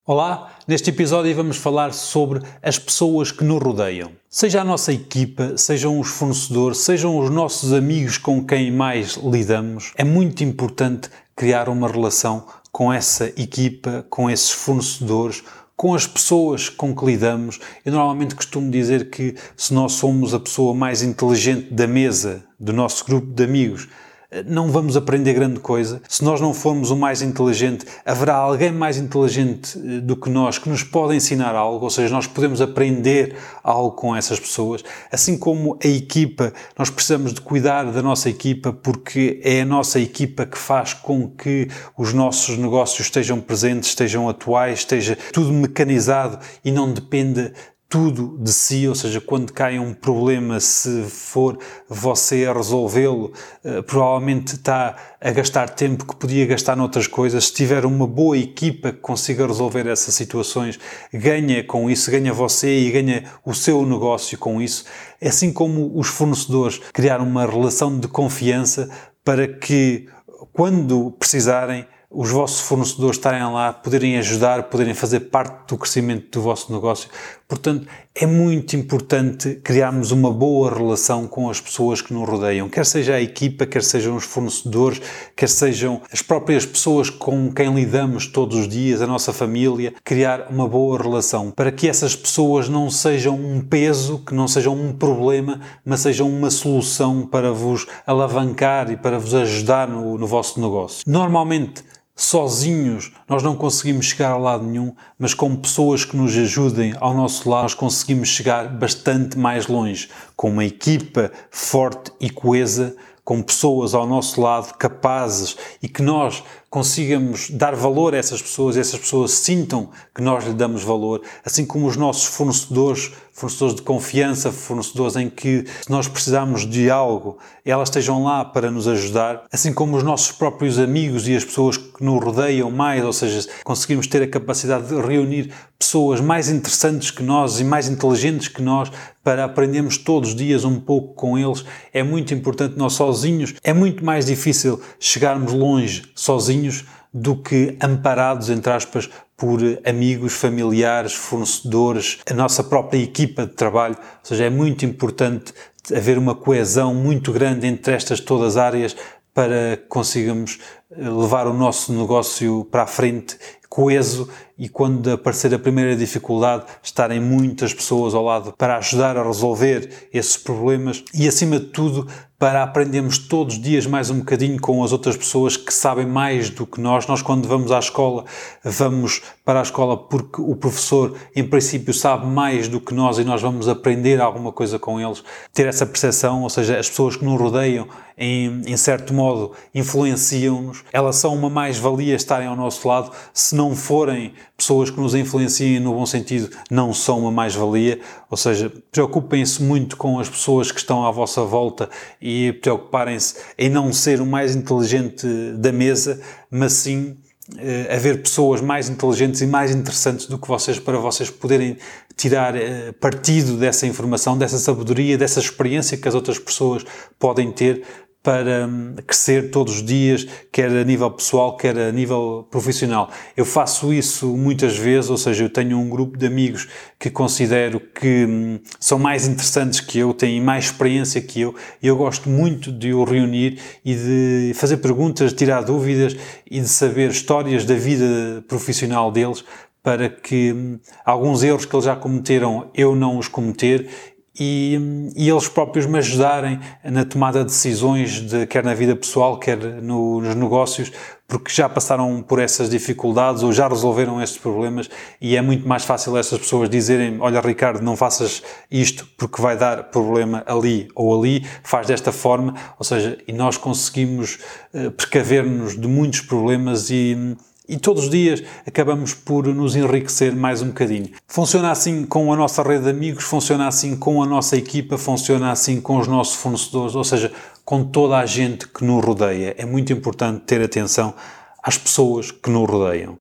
Olá, neste episódio vamos falar sobre as pessoas que nos rodeiam. Seja a nossa equipa, sejam os fornecedores, sejam os nossos amigos com quem mais lidamos, é muito importante criar uma relação com essa equipa, com esses fornecedores, com as pessoas com que lidamos. Eu normalmente costumo dizer que se nós somos a pessoa mais inteligente da mesa, do nosso grupo de amigos, não vamos aprender grande coisa. Se nós não formos o mais inteligente, haverá alguém mais inteligente do que nós que nos pode ensinar algo, ou seja, nós podemos aprender algo com essas pessoas. Assim como a equipa, nós precisamos de cuidar da nossa equipa porque é a nossa equipa que faz com que os nossos negócios estejam presentes, estejam atuais, esteja tudo mecanizado e não dependa tudo de si, ou seja, quando cai um problema, se for você a resolvê-lo, provavelmente está a gastar tempo que podia gastar noutras coisas. Se tiver uma boa equipa que consiga resolver essas situações, ganha com isso, ganha você e ganha o seu negócio com isso. Assim como os fornecedores, criar uma relação de confiança para que, quando precisarem, os vossos fornecedores estarem lá, poderem ajudar, poderem fazer parte do crescimento do vosso negócio. Portanto, é muito importante criarmos uma boa relação com as pessoas que nos rodeiam, quer seja a equipa, quer sejam os fornecedores, quer sejam as próprias pessoas com quem lidamos todos os dias, a nossa família, criar uma boa relação para que essas pessoas não sejam um peso, que não sejam um problema, mas sejam uma solução para vos alavancar e para vos ajudar no vosso negócio. Normalmente, sozinhos nós não conseguimos chegar a lado nenhum, mas com pessoas que nos ajudem ao nosso lado nós conseguimos chegar bastante mais longe, com uma equipa forte e coesa, com pessoas ao nosso lado capazes e que nós consigamos dar valor a essas pessoas sintam que nós lhe damos valor, assim como os nossos fornecedores de confiança, fornecedores em que, se nós precisarmos de algo, elas estejam lá para nos ajudar, assim como os nossos próprios amigos e as pessoas que nos rodeiam mais, ou seja, conseguimos ter a capacidade de reunir pessoas mais interessantes que nós e mais inteligentes que nós para aprendermos todos os dias um pouco com eles. É muito importante. Nós sozinhos, é muito mais difícil chegarmos longe sozinhos do que amparados, entre aspas, por amigos, familiares, fornecedores, a nossa própria equipa de trabalho. Ou seja, é muito importante haver uma coesão muito grande entre estas todas as áreas para que consigamos levar o nosso negócio para a frente coeso e, quando aparecer a primeira dificuldade, estarem muitas pessoas ao lado para ajudar a resolver esses problemas e, acima de tudo, para aprendermos todos os dias mais um bocadinho com as outras pessoas que sabem mais do que nós. Nós, quando vamos à escola, vamos para a escola porque o professor, em princípio, sabe mais do que nós e nós vamos aprender alguma coisa com eles. Ter essa percepção, ou seja, as pessoas que nos rodeiam, em certo modo, influenciam-nos. Elas são uma mais-valia estarem ao nosso lado. Se não forem pessoas que nos influenciem no bom sentido, não são uma mais-valia. Ou seja, preocupem-se muito com as pessoas que estão à vossa volta e preocuparem-se em não ser o mais inteligente da mesa, mas sim haver pessoas mais inteligentes e mais interessantes do que vocês, para vocês poderem tirar partido dessa informação, dessa sabedoria, dessa experiência que as outras pessoas podem ter para crescer todos os dias, quer a nível pessoal, quer a nível profissional. Eu faço isso muitas vezes, ou seja, eu tenho um grupo de amigos que considero que são mais interessantes que eu, têm mais experiência que eu, e eu gosto muito de o reunir e de fazer perguntas, de tirar dúvidas e de saber histórias da vida profissional deles, para que alguns erros que eles já cometeram eu não os cometer e eles próprios me ajudarem na tomada de decisões, quer na vida pessoal, quer nos negócios, porque já passaram por essas dificuldades ou já resolveram estes problemas, e é muito mais fácil essas pessoas dizerem: olha, Ricardo, não faças isto porque vai dar problema ali ou ali, faz desta forma. Ou seja, e nós conseguimos precaver-nos de muitos problemas e todos os dias acabamos por nos enriquecer mais um bocadinho. Funciona assim com a nossa rede de amigos, funciona assim com a nossa equipa, funciona assim com os nossos fornecedores, ou seja, com toda a gente que nos rodeia. É muito importante ter atenção às pessoas que nos rodeiam.